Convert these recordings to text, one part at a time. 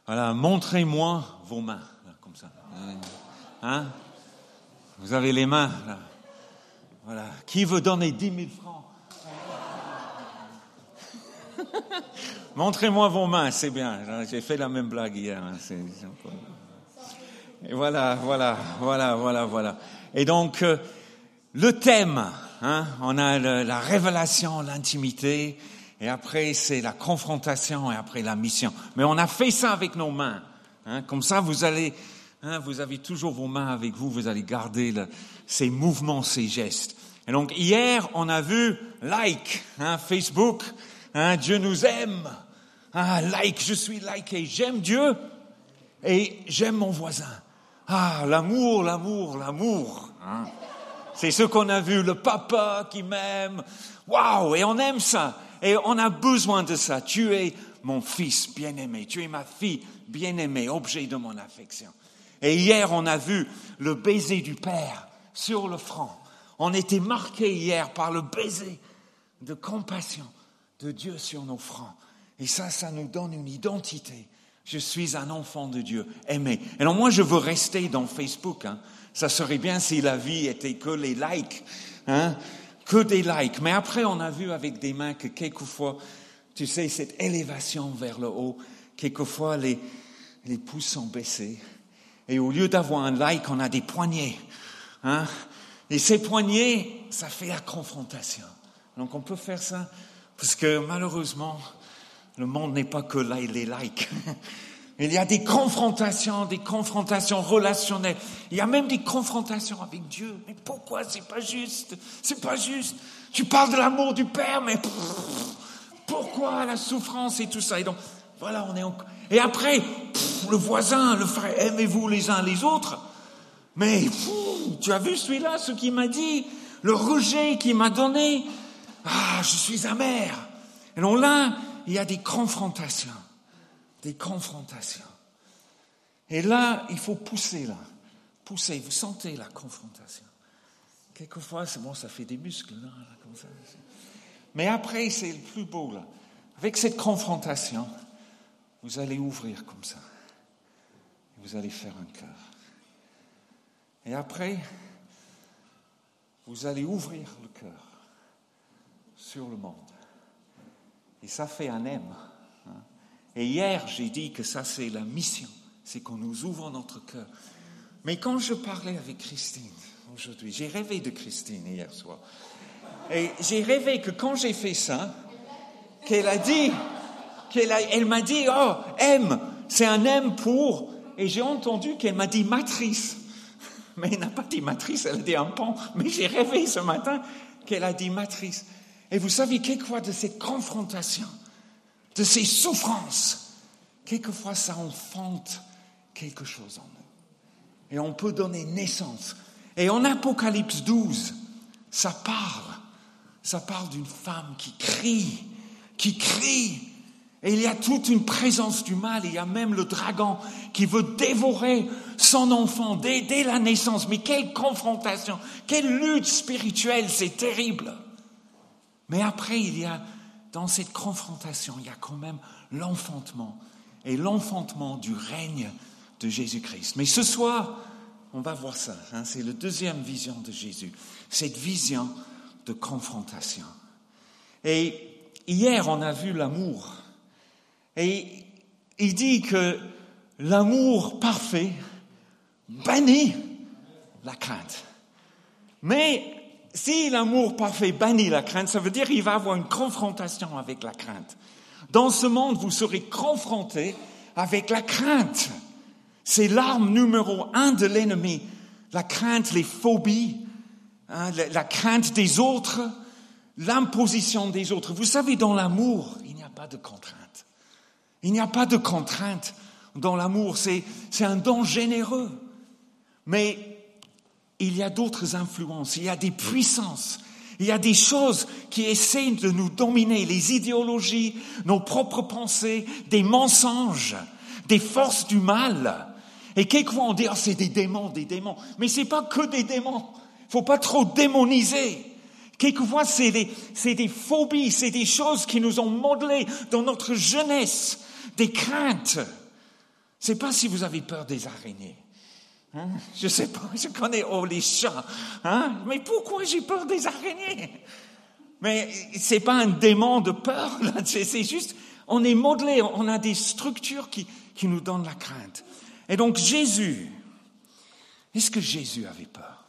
Voilà, montrez-moi vos mains, là, comme ça. Hein? Vous avez les mains, là. Voilà. Qui veut donner 10 000 francs? Montrez-moi vos mains, c'est bien. J'ai fait la même blague hier. Hein. Et voilà. Et donc, le thème, hein, on a la révélation, l'intimité, et après c'est la confrontation, et après la mission. Mais on a fait ça avec nos mains. Hein, comme ça, vous allez, hein, vous avez toujours vos mains avec vous, vous allez garder ces mouvements, ces gestes. Et donc, hier, on a vu like, hein, Facebook, hein, Dieu nous aime. Ah, like, je suis liké, j'aime Dieu et j'aime mon voisin. Ah, l'amour. Hein. C'est ce qu'on a vu, le papa qui m'aime. Waouh, et on aime ça. Et on a besoin de ça. Tu es mon fils bien-aimé, tu es ma fille bien-aimée, objet de mon affection. Et hier, on a vu le baiser du Père sur le front. On était marqués hier par le baiser de compassion de Dieu sur nos fronts. Et ça nous donne une identité. Je suis un enfant de Dieu, aimé. Alors moi, je veux rester dans Facebook. Hein. Ça serait bien si la vie était que les likes, hein, que des likes. Mais après, on a vu avec des mains que quelquefois, tu sais, cette élévation vers le haut, quelquefois les pouces sont baissés. Et au lieu d'avoir un like, on a des poignées. Hein. Et ces poignées, ça fait la confrontation. Donc on peut faire ça, parce que malheureusement, le monde n'est pas que là, les likes. Il y a des confrontations relationnelles. Il y a même des confrontations avec Dieu. Mais pourquoi? C'est pas juste. Tu parles de l'amour du Père, mais pourquoi la souffrance et tout ça? Et donc, voilà, et après, le voisin, le frère, aimez-vous les uns les autres. Mais, tu as vu celui-là, ce qu'il m'a dit, le rejet qu'il m'a donné. Ah, je suis amer. Et donc là, il y a des confrontations. Et là, il faut pousser, Pousser, vous sentez la confrontation. Quelquefois, c'est bon, ça fait des muscles, là, comme ça. Mais après, c'est le plus beau, là. Avec cette confrontation, vous allez ouvrir comme ça. Vous allez faire un cœur. Et après, vous allez ouvrir le cœur sur le monde. Et ça fait un M. Hein. Et hier, j'ai dit que ça, c'est la mission. C'est qu'on nous ouvre notre cœur. Mais quand je parlais avec Christine aujourd'hui, j'ai rêvé de Christine hier soir. Et j'ai rêvé que quand j'ai fait ça, elle m'a dit, oh, M, c'est un M pour, et j'ai entendu qu'elle m'a dit matrice. Mais elle n'a pas dit matrice, elle a dit un pont. Mais j'ai rêvé ce matin qu'elle a dit matrice. Et vous savez, quelquefois de cette confrontation, de ces souffrances, quelquefois ça enfante quelque chose en nous. Et on peut donner naissance. Et en Apocalypse 12, ça parle d'une femme qui crie. Et il y a toute une présence du mal. Il y a même le dragon qui veut dévorer son enfant dès la naissance. Mais quelle confrontation, quelle lutte spirituelle, c'est terrible. Mais après, dans cette confrontation, il y a quand même l'enfantement. Et l'enfantement du règne de Jésus-Christ. Mais ce soir, on va voir ça. Hein, c'est la deuxième vision de Jésus. Cette vision de confrontation. Et hier, on a vu l'amour. Et il dit que l'amour parfait bannit la crainte. Mais si l'amour parfait bannit la crainte, ça veut dire qu'il va avoir une confrontation avec la crainte. Dans ce monde, vous serez confrontés avec la crainte. C'est l'arme numéro 1 de l'ennemi. La crainte, les phobies, hein, la crainte des autres, l'imposition des autres. Vous savez, dans l'amour, il n'y a pas de contrainte. Il n'y a pas de contrainte dans l'amour. C'est un don généreux. Mais il y a d'autres influences, il y a des puissances, il y a des choses qui essaient de nous dominer, les idéologies, nos propres pensées, des mensonges, des forces du mal. Et quelquefois on dit, oh, c'est des démons. Mais c'est pas que des démons. Faut pas trop démoniser. Quelquefois c'est des phobies, c'est des choses qui nous ont modelé dans notre jeunesse, des craintes. C'est pas si vous avez peur des araignées. Hein? Je sais pas, je connais les chats. Hein? Mais pourquoi j'ai peur des araignées? Mais c'est pas un démon de peur, là. C'est juste, on est modelé, on a des structures qui nous donnent la crainte. Et donc Jésus, est-ce que Jésus avait peur?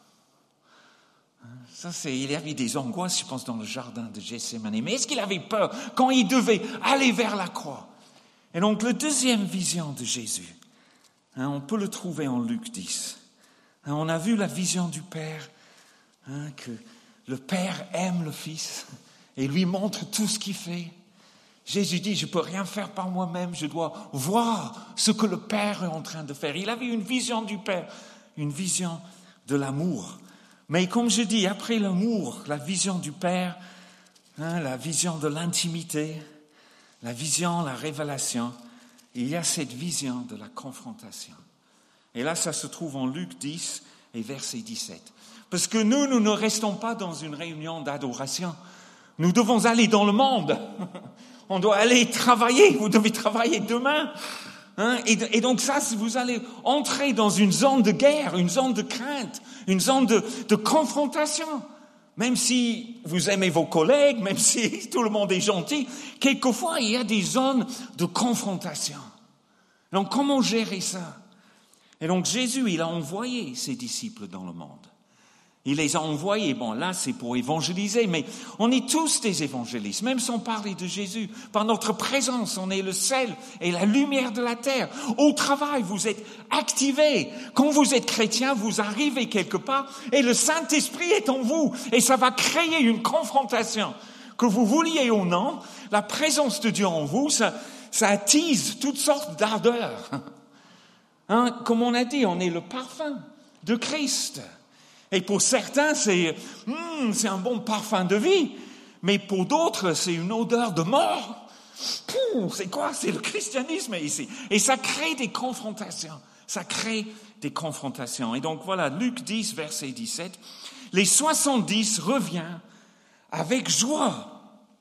Il y avait des angoisses, je pense, dans le jardin de Gethsémani. Mais est-ce qu'il avait peur quand il devait aller vers la croix? Et donc, la deuxième vision de Jésus, on peut le trouver en Luc 10. On a vu la vision du Père, que le Père aime le Fils et lui montre tout ce qu'il fait. Jésus dit, je ne peux rien faire par moi-même, je dois voir ce que le Père est en train de faire. Il avait une vision du Père, une vision de l'amour. Mais comme je dis, après l'amour, la vision du Père, la vision de l'intimité, la vision, la révélation, il y a cette vision de la confrontation. Et là, ça se trouve en Luc 10 et verset 17. Parce que nous ne restons pas dans une réunion d'adoration. Nous devons aller dans le monde. On doit aller travailler. Vous devez travailler demain. Et donc ça, vous allez entrer dans une zone de guerre, une zone de crainte, une zone de confrontation. Même si vous aimez vos collègues, même si tout le monde est gentil, quelquefois il y a des zones de confrontation. Donc comment gérer ça? Et donc Jésus, il a envoyé ses disciples dans le monde. Il les a envoyés. Bon, là, c'est pour évangéliser, mais on est tous des évangélistes, même sans parler de Jésus. Par notre présence, on est le sel et la lumière de la terre. Au travail, vous êtes activés. Quand vous êtes chrétien, vous arrivez quelque part et le Saint-Esprit est en vous. Et ça va créer une confrontation. Que vous vouliez ou non, la présence de Dieu en vous, ça attise toutes sortes d'ardeurs. Comme on a dit, on est le parfum de Christ. Et pour certains, c'est un bon parfum de vie. Mais pour d'autres, c'est une odeur de mort. C'est quoi? C'est le christianisme ici. Et ça crée des confrontations. Ça crée des confrontations. Et donc voilà, Luc 10, verset 17. Les 70 reviennent avec joie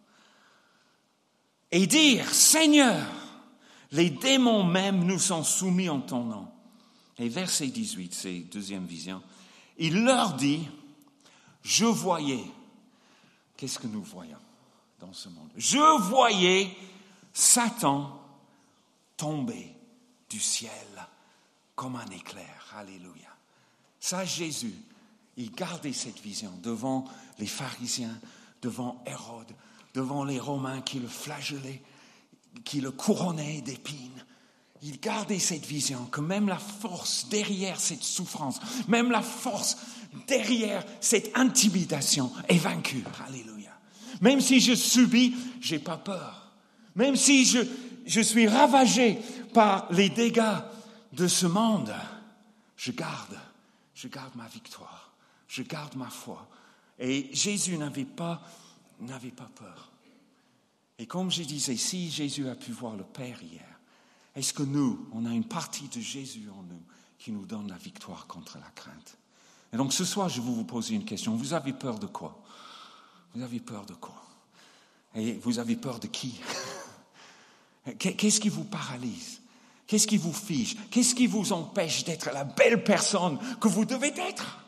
et dire, Seigneur, les démons même nous sont soumis en ton nom. Et verset 18, c'est deuxième vision. Il leur dit, je voyais, qu'est-ce que nous voyons dans ce monde? Je voyais Satan tomber du ciel comme un éclair. Alléluia. Ça, Jésus, il gardait cette vision devant les pharisiens, devant Hérode, devant les Romains qui le flagellaient, qui le couronnaient d'épines. Il gardait cette vision que même la force derrière cette souffrance, même la force derrière cette intimidation est vaincue. Alléluia. Même si je subis, j'ai pas peur. Même si je suis ravagé par les dégâts de ce monde, je garde ma victoire. Je garde ma foi. Et Jésus n'avait pas peur. Et comme je disais, si Jésus a pu voir le Père hier, est-ce que nous, on a une partie de Jésus en nous qui nous donne la victoire contre la crainte? Et donc ce soir, je vais vous poser une question. Vous avez peur de quoi? Vous avez peur de quoi? Et vous avez peur de qui? Qu'est-ce qui vous paralyse? Qu'est-ce qui vous fige? Qu'est-ce qui vous empêche d'être la belle personne que vous devez être?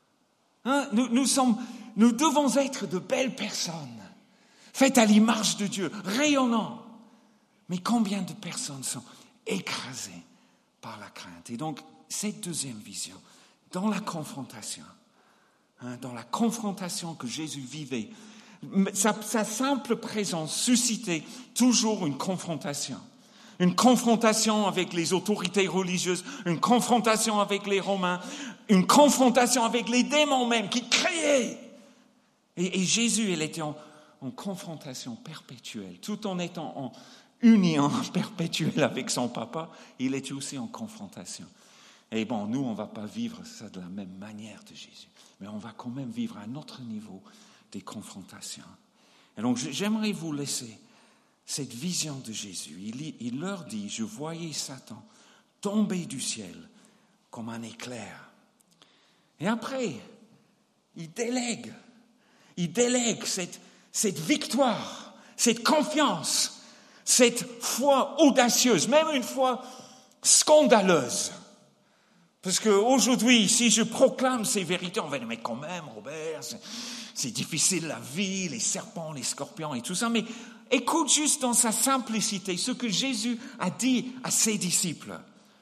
Nous devons être de belles personnes, faites à l'image de Dieu, rayonnant. Mais combien de personnes sont écrasées par la crainte? Et donc, cette deuxième vision, dans la confrontation que Jésus vivait, sa simple présence suscitait toujours une confrontation. Une confrontation avec les autorités religieuses, une confrontation avec les Romains, une confrontation avec les démons même qui criaient. Et Jésus, il était en confrontation perpétuelle, tout en étant en union perpétuelle avec son papa, il était aussi en confrontation. Et bon, nous, on ne va pas vivre ça de la même manière de Jésus, mais on va quand même vivre à un autre niveau des confrontations. Et donc, j'aimerais vous laisser cette vision de Jésus. Il leur dit, je voyais Satan tomber du ciel comme un éclair. Et après, il délègue cette victoire, cette confiance, cette foi audacieuse, même une foi scandaleuse. Parce qu'aujourd'hui, si je proclame ces vérités, on va dire, mais quand même, Robert, c'est difficile la vie, les serpents, les scorpions et tout ça. Mais écoute juste dans sa simplicité ce que Jésus a dit à ses disciples.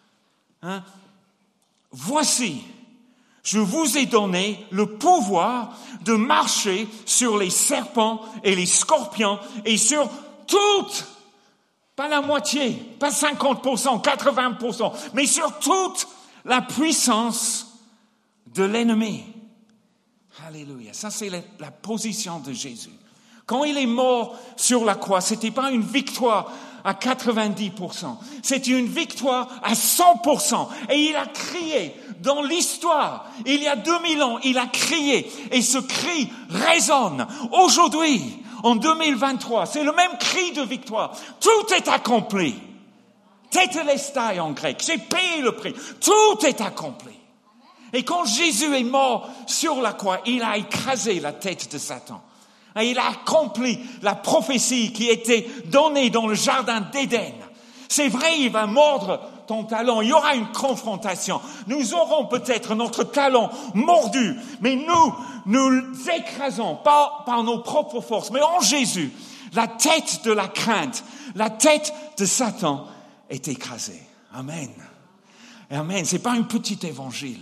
Voici, je vous ai donné le pouvoir de marcher sur les serpents et les scorpions et sur toute, pas la moitié, pas 50%, 80%, mais sur toute la puissance de l'ennemi. Alléluia. Ça, c'est la position de Jésus. Quand il est mort sur la croix, c'était pas une victoire à 90%. C'était une victoire à 100%. Et il a crié dans l'histoire. Il y a 2000 ans, il a crié. Et ce cri résonne. Aujourd'hui, en 2023, c'est le même cri de victoire. Tout est accompli. Tetelestai en grec. J'ai payé le prix. Tout est accompli. Et quand Jésus est mort sur la croix, il a écrasé la tête de Satan. Et il a accompli la prophétie qui était donnée dans le jardin d'Éden. C'est vrai, il va mordre ton talon. Il y aura une confrontation. Nous aurons peut-être notre talon mordu, mais nous écrasons, pas par nos propres forces, mais en Jésus. La tête de la crainte, la tête de Satan est écrasée. Amen. Amen. C'est pas un petit évangile.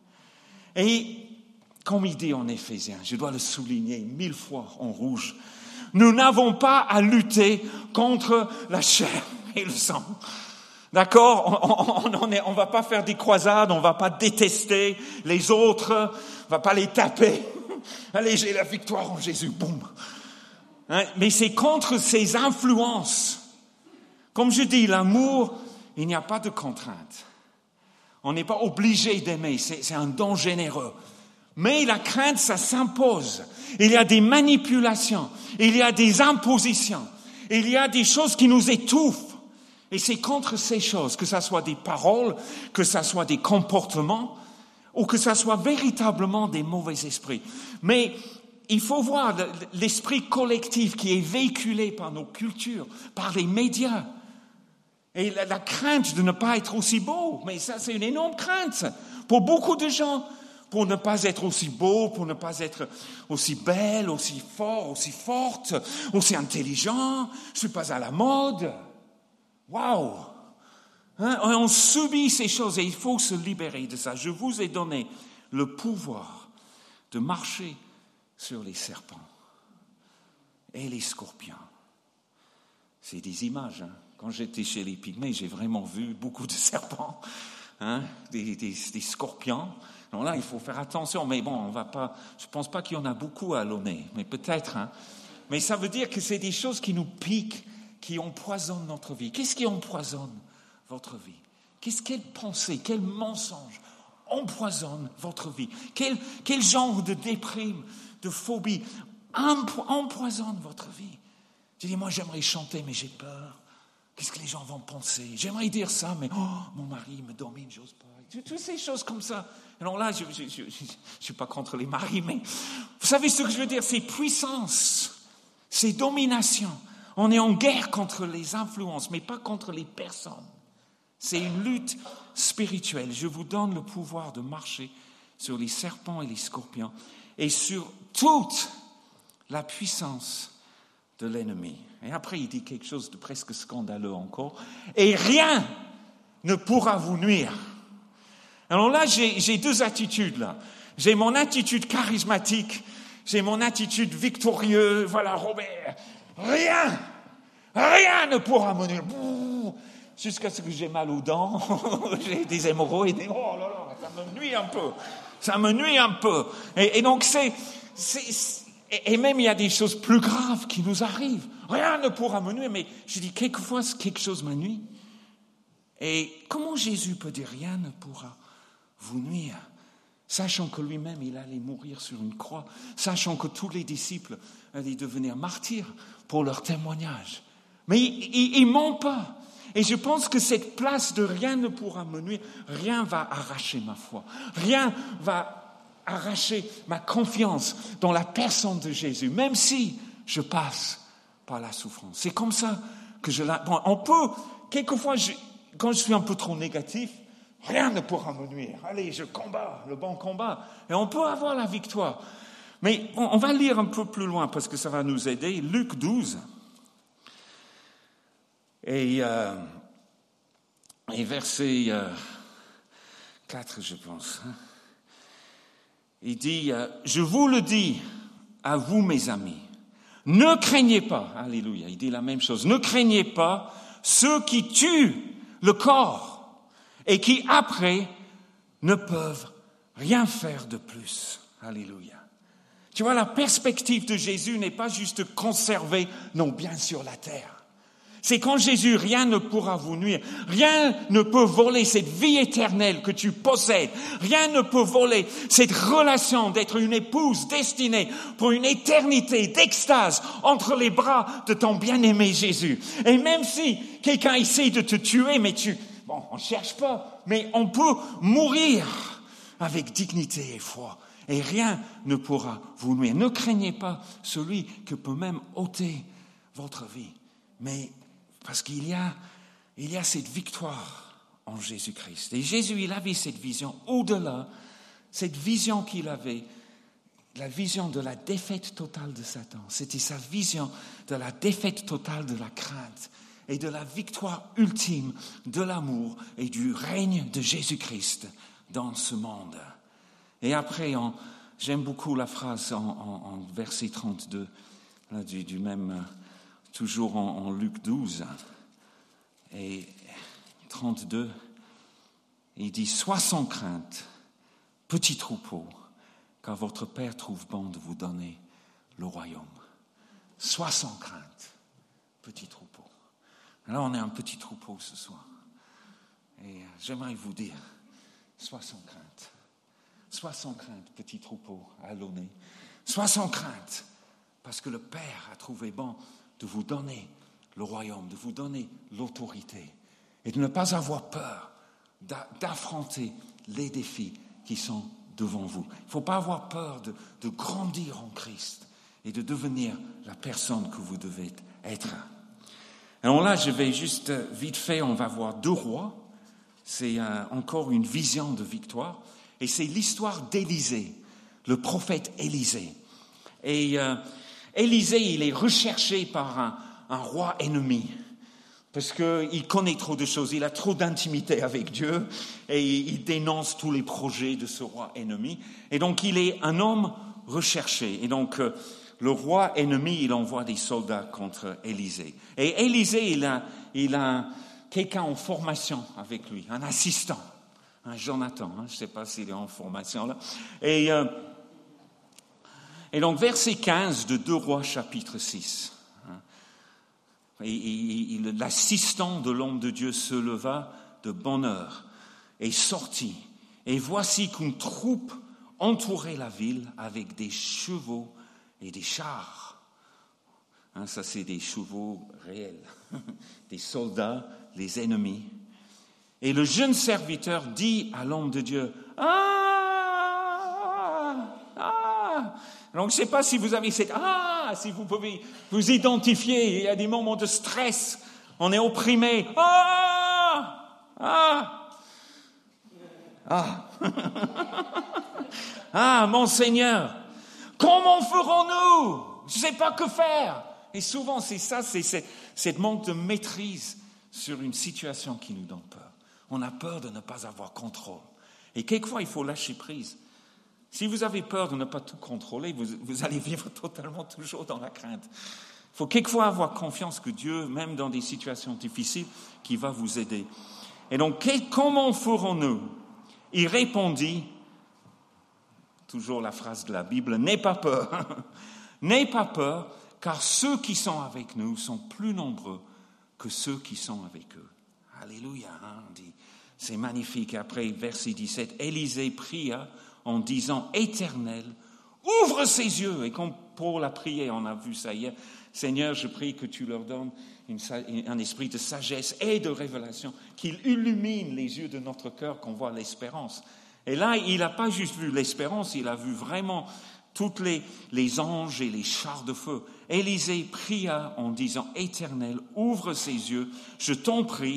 Et comme il dit en Éphésiens, je dois le souligner 1000 fois en rouge, nous n'avons pas à lutter contre la chair et le sang. D'accord? On va pas faire des croisades, on va pas détester les autres, on va pas les taper. Allez, j'ai la victoire en Jésus, boum. Mais c'est contre ces influences. Comme je dis, l'amour, il n'y a pas de contrainte. On n'est pas obligé d'aimer, c'est un don généreux. Mais la crainte, ça s'impose. Il y a des manipulations, il y a des impositions, il y a des choses qui nous étouffent. Et c'est contre ces choses, que ça soit des paroles, que ça soit des comportements, ou que ça soit véritablement des mauvais esprits. Mais il faut voir l'esprit collectif qui est véhiculé par nos cultures, par les médias. Et la crainte de ne pas être aussi beau, mais ça c'est une énorme crainte pour beaucoup de gens. Pour ne pas être aussi beau, pour ne pas être aussi belle, aussi fort, aussi forte, aussi intelligent. Je suis pas à la mode. Waouh! On subit ces choses et il faut se libérer de ça. Je vous ai donné le pouvoir de marcher sur les serpents et les scorpions. C'est des images. Quand j'étais chez les Pygmées, j'ai vraiment vu beaucoup de serpents, des scorpions. Donc là, il faut faire attention, mais bon, on va pas. Je pense pas qu'il y en a beaucoup à l'ONU, mais peut-être. Mais ça veut dire que c'est des choses qui nous piquent, qui empoisonnent notre vie. Qu'est-ce qui empoisonne votre vie? Quelle pensée, quel mensonge empoisonne votre vie? Quel genre de déprime, de phobie empoisonne votre vie? Tu dis, moi j'aimerais chanter, mais j'ai peur. Qu'est-ce que les gens vont penser? J'aimerais dire ça, mais mon mari me domine, j'ose pas. Toutes ces choses comme ça. Alors là, je suis pas contre les maris, mais vous savez ce que je veux dire? C'est puissance, c'est domination. On est en guerre contre les influences, mais pas contre les personnes. C'est une lutte spirituelle. Je vous donne le pouvoir de marcher sur les serpents et les scorpions et sur toute la puissance de l'ennemi. Et après, il dit quelque chose de presque scandaleux encore. Et rien ne pourra vous nuire. Alors là, j'ai deux attitudes là. J'ai mon attitude charismatique, j'ai mon attitude victorieuse. Voilà, Robert, rien ne pourra me nuire. Jusqu'à ce que j'ai mal aux dents, j'ai des hémorroïdes. Oh là là, ça me nuit un peu. Et donc et même il y a des choses plus graves qui nous arrivent. Rien ne pourra me nuire, mais je dis quelquefois quelque chose me nuit. Et comment Jésus peut dire rien ne pourra vous nuire, sachant que lui-même il allait mourir sur une croix, sachant que tous les disciples allaient devenir martyrs pour leur témoignage. Mais il ment pas. Et je pense que cette place de rien ne pourra me nuire, rien va arracher ma foi, rien va arracher ma confiance dans la personne de Jésus, même si je passe par la souffrance. C'est comme ça que on peut, quelquefois, quand je suis un peu trop négatif, rien ne pourra me nuire. Allez, je combats le bon combat. Et on peut avoir la victoire. Mais on va lire un peu plus loin parce que ça va nous aider. Luc 12. Et verset 4, je pense. Il dit, je vous le dis à vous, mes amis, ne craignez pas, alléluia, il dit la même chose, ne craignez pas ceux qui tuent le corps et qui après ne peuvent rien faire de plus. Alléluia. Tu vois, la perspective de Jésus n'est pas juste conserver nos biens sur la terre. C'est qu'en Jésus, rien ne pourra vous nuire. Rien ne peut voler cette vie éternelle que tu possèdes. Rien ne peut voler cette relation d'être une épouse destinée pour une éternité d'extase entre les bras de ton bien-aimé Jésus. Et même si quelqu'un essaie de te tuer, on ne cherche pas, mais on peut mourir avec dignité et foi. Et rien ne pourra vous nuire. Ne craignez pas celui qui peut même ôter votre vie. Mais parce qu'il y a cette victoire en Jésus-Christ. Et Jésus, il avait cette vision au-delà, cette vision qu'il avait, la vision de la défaite totale de Satan. C'était sa vision de la défaite totale de la crainte et de la victoire ultime de l'amour et du règne de Jésus-Christ dans ce monde. Et après, j'aime beaucoup la phrase en verset 32, là, du même... toujours en Luc 12 et 32, il dit « Sois sans crainte, petit troupeau, car votre Père trouve bon de vous donner le royaume. » Sois sans crainte, petit troupeau. Alors on est un petit troupeau ce soir. Et j'aimerais vous dire, sois sans crainte. Sois sans crainte, petit troupeau âlonné. Sois sans crainte, parce que le Père a trouvé bon de vous donner le royaume, de vous donner l'autorité et de ne pas avoir peur d'affronter les défis qui sont devant vous. Il ne faut pas avoir peur de grandir en Christ et de devenir la personne que vous devez être. Alors là, je vais juste vite fait, on va voir 2 rois. C'est encore une vision de victoire et c'est l'histoire d'Élisée, le prophète Élisée. Et Élisée, il est recherché par un roi ennemi parce qu'il connaît trop de choses, il a trop d'intimité avec Dieu et il dénonce tous les projets de ce roi ennemi. Et donc, il est un homme recherché. Et donc, le roi ennemi, il envoie des soldats contre Élisée. Et Élisée, il a quelqu'un en formation avec lui, un assistant, un Jonathan. Je ne sais pas s'il est en formation là. Et donc, verset 15 de 2 Rois, chapitre 6. L'assistant de l'homme de Dieu se leva de bonne heure et sortit. Et voici qu'une troupe entourait la ville avec des chevaux et des chars. Ça, c'est des chevaux réels, des soldats, les ennemis. Et le jeune serviteur dit à l'homme de Dieu, « Donc, je ne sais pas si vous avez si vous pouvez vous identifier. Il y a des moments de stress. On est opprimé. Mon Seigneur, comment ferons-nous? Je ne sais pas que faire. Et souvent, c'est ça, c'est cette manque de maîtrise sur une situation qui nous donne peur. On a peur de ne pas avoir contrôle. Et quelquefois, il faut lâcher prise. Si vous avez peur de ne pas tout contrôler, vous allez vivre totalement toujours dans la crainte. Il faut quelquefois avoir confiance que Dieu, même dans des situations difficiles, qui va vous aider. Et donc, comment ferons-nous? Il répondit, toujours la phrase de la Bible, « N'aie pas peur, n'aie pas peur, car ceux qui sont avec nous sont plus nombreux que ceux qui sont avec eux. » Alléluia, on dit. C'est magnifique. Après, verset 17, Élisée pria en disant « Éternel, ouvre ses yeux » et comme pour la prière, on a vu ça hier, « Seigneur, je prie que tu leur donnes un esprit de sagesse et de révélation, qu'il illumine les yeux de notre cœur, qu'on voit l'espérance. » Et là, il n'a pas juste vu l'espérance, il a vu vraiment tous les anges et les chars de feu. Élisée pria en disant « Éternel, ouvre ses yeux, je t'en prie,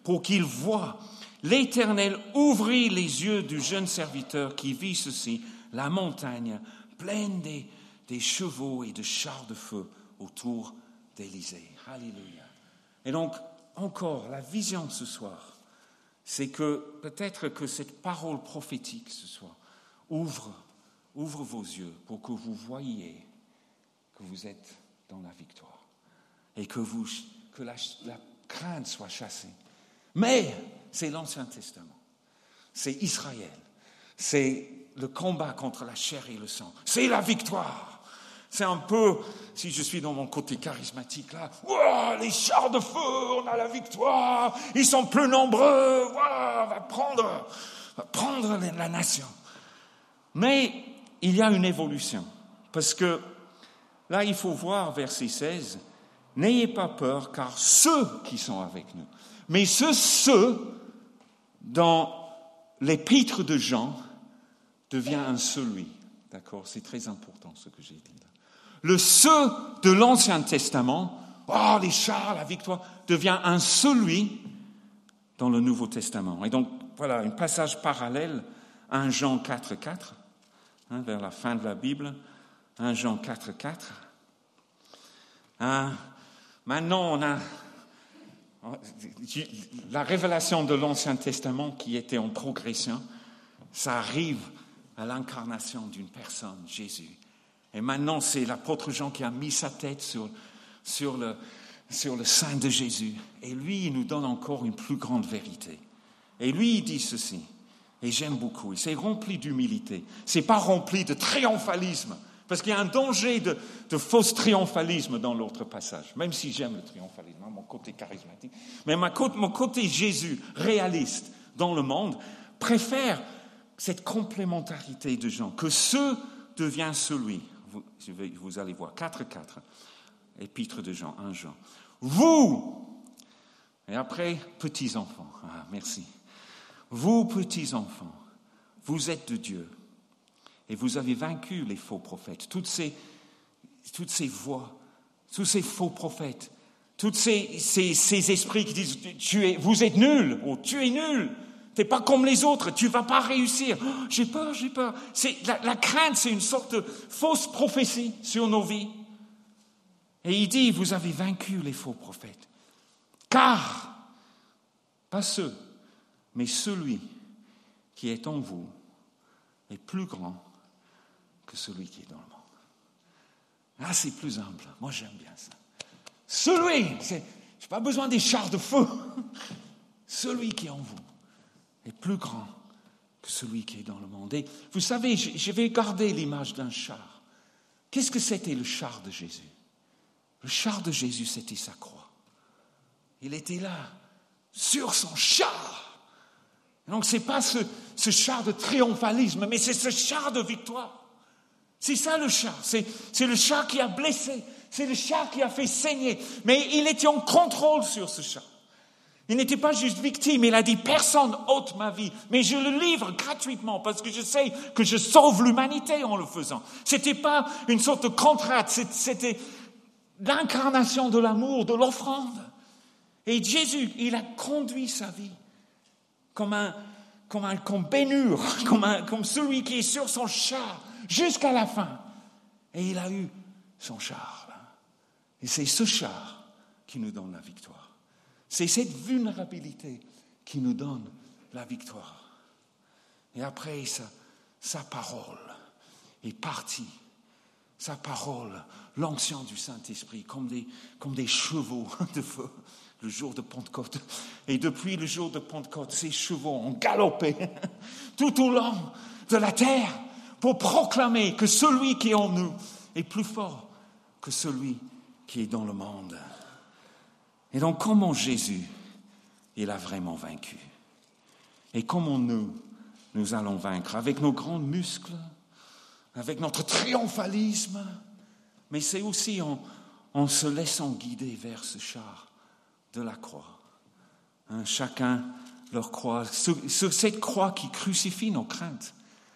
pour qu'il voie. L'Éternel ouvrit les yeux du jeune serviteur qui vit ceci, la montagne pleine des chevaux et de chars de feu autour d'Élysée. Alléluia. Et donc, encore, la vision ce soir, c'est que peut-être que cette parole prophétique ce soir ouvre vos yeux pour que vous voyiez que vous êtes dans la victoire et que la crainte soit chassée. Mais c'est l'Ancien Testament, c'est Israël, c'est le combat contre la chair et le sang, c'est la victoire. C'est un peu, si je suis dans mon côté charismatique là, wow, les chars de feu, on a la victoire, ils sont plus nombreux, wow, on va prendre la nation. Mais il y a une évolution, parce que là il faut voir verset 16, n'ayez pas peur car ceux qui sont avec nous, mais ceux dans l'épître de Jean devient un celui. D'accord, c'est très important ce que j'ai dit là. Le ceux de l'Ancien Testament, les chars, la victoire, devient un celui dans le Nouveau Testament. Et donc, voilà, un passage parallèle, 1 Jean 4,4, vers la fin de la Bible, 1 Jean 4,4. Maintenant, on a la révélation de l'Ancien Testament qui était en progression, ça arrive à l'incarnation d'une personne, Jésus. Et maintenant, c'est l'apôtre Jean qui a mis sa tête sur le sein de Jésus. Et lui, il nous donne encore une plus grande vérité. Et lui, il dit ceci, et j'aime beaucoup, c'est rempli d'humilité. C'est pas rempli de triomphalisme, parce qu'il y a un danger de faux triomphalisme dans l'autre passage, même si j'aime le triomphalisme, mon côté charismatique. Mais mon côté Jésus, réaliste dans le monde, préfère cette complémentarité de Jean, que ce devient celui. Vous allez voir, 4,4, épître de Jean, 1 Jean. Vous, et après, petits-enfants, merci. Vous, petits-enfants, vous êtes de Dieu et vous avez vaincu les faux prophètes, toutes ces voix, tous ces faux prophètes, tous ces esprits qui disent vous êtes nuls, ou tu es nul. T'es pas comme les autres, tu vas pas réussir. Oh, j'ai peur. La crainte, c'est une sorte de fausse prophétie sur nos vies. Et il dit, vous avez vaincu les faux prophètes. Car, pas ceux, mais celui qui est en vous est plus grand que celui qui est dans le monde. C'est plus humble. Moi, j'aime bien ça. J'ai pas besoin des chars de feu. Celui qui est en vous est plus grand que celui qui est dans le monde. Et vous savez, je vais garder l'image d'un char. Qu'est-ce que c'était le char de Jésus? Le char de Jésus, c'était sa croix. Il était là, sur son char. Donc, ce n'est pas ce char de triomphalisme, mais c'est ce char de victoire. C'est ça le char. C'est le char qui a blessé. C'est le char qui a fait saigner. Mais il était en contrôle sur ce char. Il n'était pas juste victime, il a dit « Personne ôte ma vie, mais je le livre gratuitement parce que je sais que je sauve l'humanité en le faisant. » Ce n'était pas une sorte de contrat, c'était l'incarnation de l'amour, de l'offrande. Et Jésus, il a conduit sa vie comme Ben-Hur, comme celui qui est sur son char jusqu'à la fin. Et il a eu son char. Là. Et c'est ce char qui nous donne la victoire. C'est cette vulnérabilité qui nous donne la victoire. Et après, sa parole est partie. Sa parole, l'onction du Saint-Esprit, comme des chevaux de feu, le jour de Pentecôte. Et depuis le jour de Pentecôte, ces chevaux ont galopé tout au long de la terre pour proclamer que celui qui est en nous est plus fort que celui qui est dans le monde. Et donc, comment Jésus, il a vraiment vaincu? Et comment nous allons vaincre? Avec nos grands muscles, avec notre triomphalisme, mais c'est aussi en se laissant guider vers ce char de la croix. Chacun leur croix, sur cette croix qui crucifie nos craintes.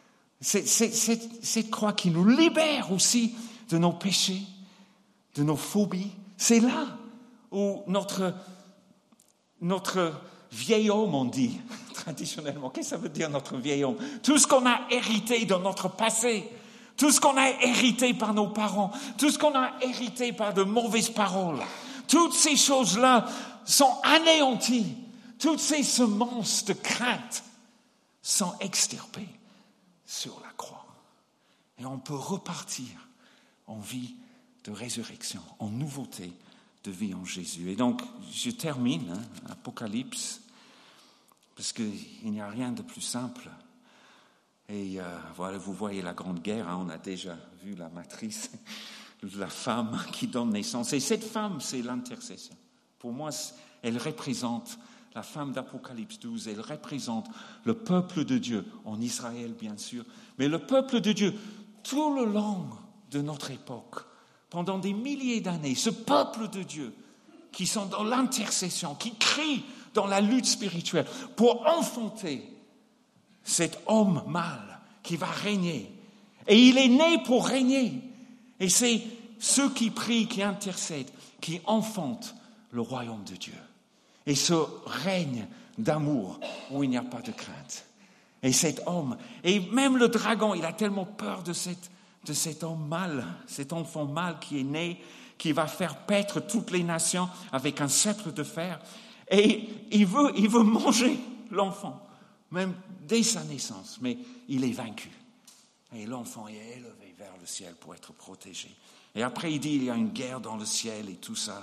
Cette croix qui nous libère aussi de nos péchés, de nos phobies. C'est là où notre vieil homme, on dit traditionnellement. Qu'est-ce que ça veut dire notre vieil homme? Tout ce qu'on a hérité de notre passé, tout ce qu'on a hérité par nos parents, tout ce qu'on a hérité par de mauvaises paroles, toutes ces choses-là sont anéanties. Toutes ces semences de crainte sont extirpées sur la croix. Et on peut repartir en vie de résurrection, en nouveauté de vie en Jésus. Et donc, je termine, Apocalypse, parce qu'il n'y a rien de plus simple. Et voilà, vous voyez la Grande Guerre, on a déjà vu la matrice, la femme qui donne naissance. Et cette femme, c'est l'intercession. Pour moi, elle représente, la femme d'Apocalypse 12, elle représente le peuple de Dieu, en Israël bien sûr, mais le peuple de Dieu tout le long de notre époque, pendant des milliers d'années, ce peuple de Dieu qui sont dans l'intercession, qui crient dans la lutte spirituelle pour enfanter cet homme mâle qui va régner. Et il est né pour régner. Et c'est ceux qui prient, qui intercèdent, qui enfantent le royaume de Dieu. Et ce règne d'amour où il n'y a pas de crainte. Et cet homme, et même le dragon, il a tellement peur de cet homme mâle, cet enfant mâle qui est né, qui va faire paître toutes les nations avec un sceptre de fer. Et il veut manger l'enfant, même dès sa naissance, mais il est vaincu. Et l'enfant est élevé vers le ciel pour être protégé. Et après, il dit, il y a une guerre dans le ciel et tout ça.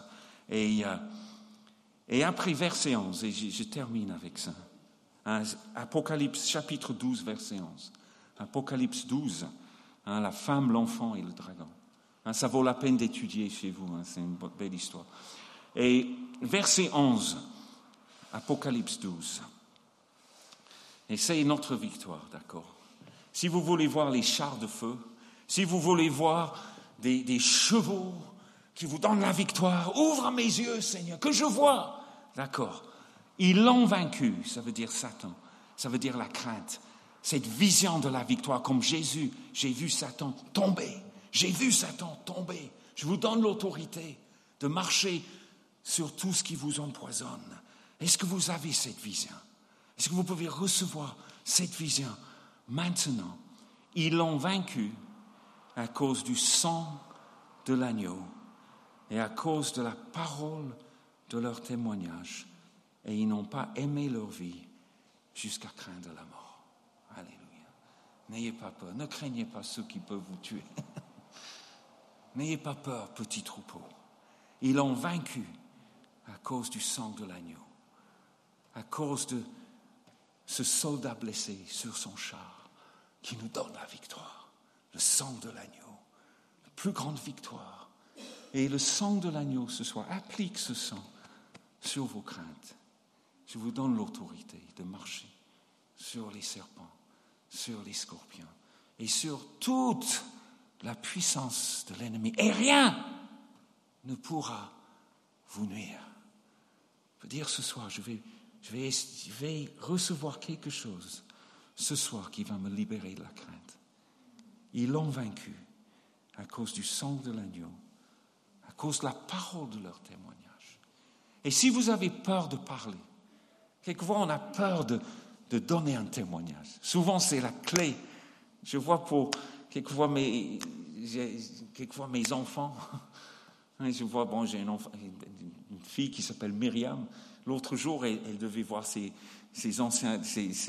Et après, verset 11, et je termine avec ça. Apocalypse chapitre 12, verset 11. Apocalypse 12, la femme, l'enfant et le dragon. Ça vaut la peine d'étudier chez vous, c'est une belle histoire. Et verset 11, Apocalypse 12. Et c'est notre victoire, d'accord? Si vous voulez voir les chars de feu, si vous voulez voir des chevaux qui vous donnent la victoire, ouvre mes yeux, Seigneur, que je vois. D'accord. Ils l'ont vaincu, ça veut dire Satan, ça veut dire la crainte. Cette vision de la victoire, comme Jésus, j'ai vu Satan tomber, j'ai vu Satan tomber. Je vous donne l'autorité de marcher sur tout ce qui vous empoisonne. Est-ce que vous avez cette vision? Est-ce que vous pouvez recevoir cette vision maintenant? Ils l'ont vaincu à cause du sang de l'agneau et à cause de la parole de leur témoignage. Et ils n'ont pas aimé leur vie jusqu'à craindre la mort. Alléluia. N'ayez pas peur. Ne craignez pas ceux qui peuvent vous tuer. N'ayez pas peur, petit troupeau. Ils l'ont vaincu à cause du sang de l'agneau, à cause de ce soldat blessé sur son char qui nous donne la victoire. Le sang de l'agneau, la plus grande victoire. Et le sang de l'agneau ce soir, applique ce sang sur vos craintes. Je vous donne l'autorité de marcher sur les serpents, sur les scorpions et sur toute la puissance de l'ennemi. Et rien ne pourra vous nuire. Je veux dire ce soir, je vais recevoir quelque chose ce soir qui va me libérer de la crainte. Ils l'ont vaincu à cause du sang de l'agneau, à cause de la parole de leur témoignage. Et si vous avez peur de parler, quelquefois on a peur de donner un témoignage. Souvent c'est la clé. Je vois pour quelquefois mes enfants. Je vois, j'ai une fille qui s'appelle Myriam. L'autre jour, elle devait voir ses anciens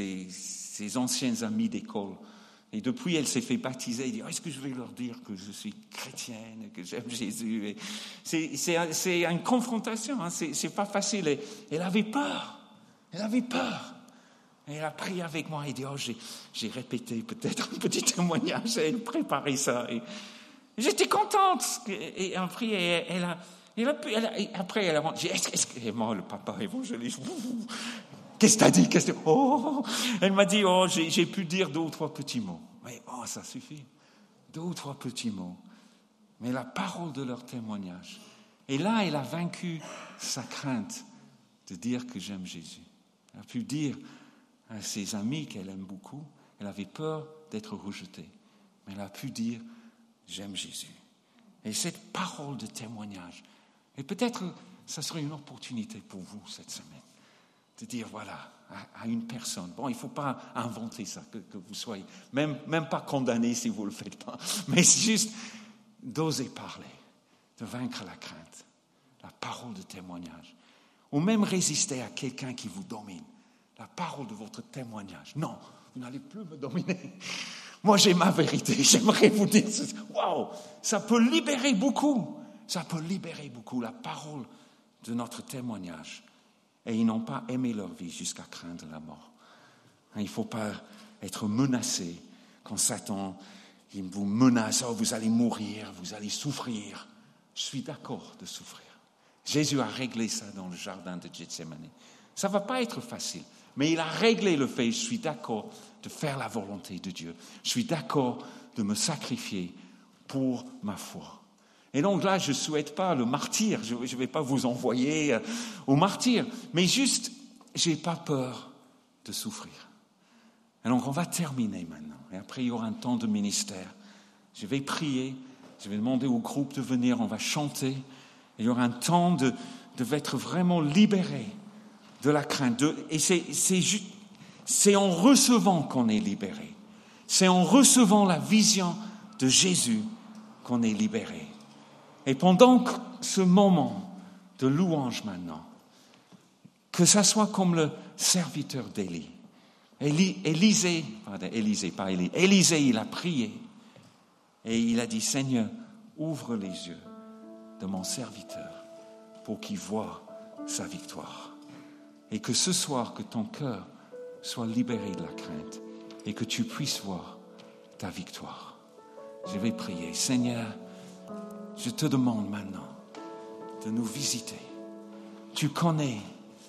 amis d'école. Et depuis, elle s'est fait baptiser. Elle dit, est-ce que je vais leur dire que je suis chrétienne, que j'aime Jésus? Et c'est une confrontation, c'est pas facile. Et elle avait peur. Elle avait peur. Et elle a prié avec moi. Elle dit, j'ai répété peut-être un petit témoignage. Elle préparait ça. Et j'étais contente. Et après, après, elle a dit, est-ce que moi, le papa évangéliste, qu'est-ce que t'as dit? Elle m'a dit, j'ai pu dire 2 ou 3 petits mots. Mais ça suffit. 2 ou 3 petits mots. Mais la parole de leur témoignage. Et là, elle a vaincu sa crainte de dire que j'aime Jésus. Elle a pu dire à ses amis qu'elle aime beaucoup. Elle avait peur d'être rejetée. Mais elle a pu dire, j'aime Jésus. Et cette parole de témoignage, et peut-être ça serait une opportunité pour vous cette semaine, de dire voilà à une personne. Bon, il ne faut pas inventer ça, que vous soyez même pas condamné si vous ne le faites pas, mais c'est juste d'oser parler, de vaincre la crainte, la parole de témoignage, ou même résister à quelqu'un qui vous domine. La parole de votre témoignage. Non, vous n'allez plus me dominer. Moi, j'ai ma vérité. J'aimerais vous dire, waouh, ça peut libérer beaucoup. Ça peut libérer beaucoup la parole de notre témoignage. Et ils n'ont pas aimé leur vie jusqu'à craindre la mort. Il ne faut pas être menacé quand Satan il vous menace. Oh, vous allez mourir, vous allez souffrir. Je suis d'accord de souffrir. Jésus a réglé ça dans le jardin de Gethsémani. Ça ne va pas être facile. Mais il a réglé le fait, je suis d'accord de faire la volonté de Dieu. Je suis d'accord de me sacrifier pour ma foi. Et donc là, je ne souhaite pas le martyr. Je ne vais pas vous envoyer au martyr. Mais juste, je n'ai pas peur de souffrir. Et donc on va terminer maintenant. Et après, il y aura un temps de ministère. Je vais prier. Je vais demander au groupe de venir. On va chanter. Et il y aura un temps de être vraiment libéré de la crainte. Et c'est en recevant qu'on est libéré. C'est en recevant la vision de Jésus qu'on est libéré. Et pendant ce moment de louange maintenant, que ça soit comme le serviteur d'Élie. Élisée, il a prié et il a dit, Seigneur, ouvre les yeux de mon serviteur pour qu'il voie sa victoire. Et que ce soir, que ton cœur soit libéré de la crainte et que tu puisses voir ta victoire. Je vais prier. Seigneur, je te demande maintenant de nous visiter. Tu connais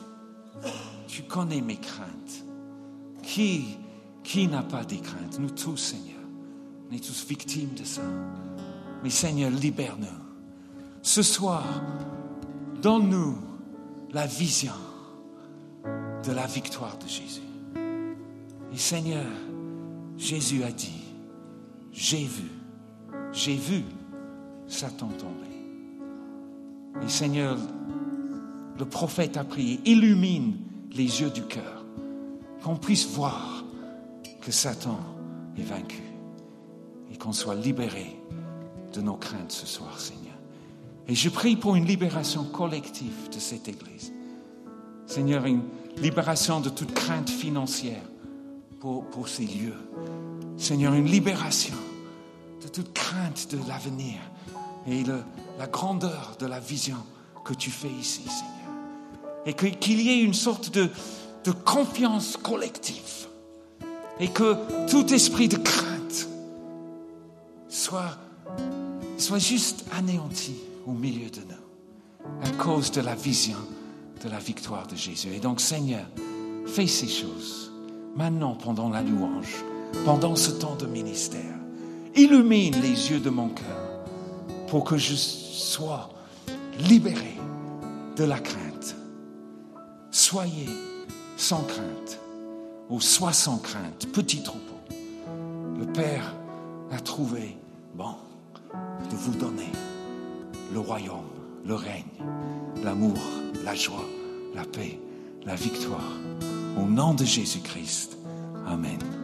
mes craintes. Qui n'a pas des craintes? Nous tous, Seigneur. On est tous victimes de ça. Mais Seigneur, libère-nous. Ce soir, donne-nous la vision de la victoire de Jésus. Et Seigneur, Jésus a dit, j'ai vu Satan tomber. Et Seigneur, le prophète a prié, illumine les yeux du cœur, qu'on puisse voir que Satan est vaincu et qu'on soit libéré de nos craintes ce soir, Seigneur. Et je prie pour une libération collective de cette Église. Seigneur, une libération de toute crainte financière pour ces lieux. Seigneur, une libération de toute crainte de l'avenir et la grandeur de la vision que tu fais ici, Seigneur. Et qu'il y ait une sorte de confiance collective et que tout esprit de crainte soit juste anéanti au milieu de nous à cause de la vision de la victoire de Jésus. Et donc, Seigneur, fais ces choses maintenant pendant la louange, pendant ce temps de ministère. Illumine les yeux de mon cœur pour que je sois libéré de la crainte. Soyez sans crainte ou sois sans crainte, petit troupeau. Le Père a trouvé bon de vous donner le royaume, le règne, l'amour, la joie, la paix, la victoire. Au nom de Jésus-Christ. Amen.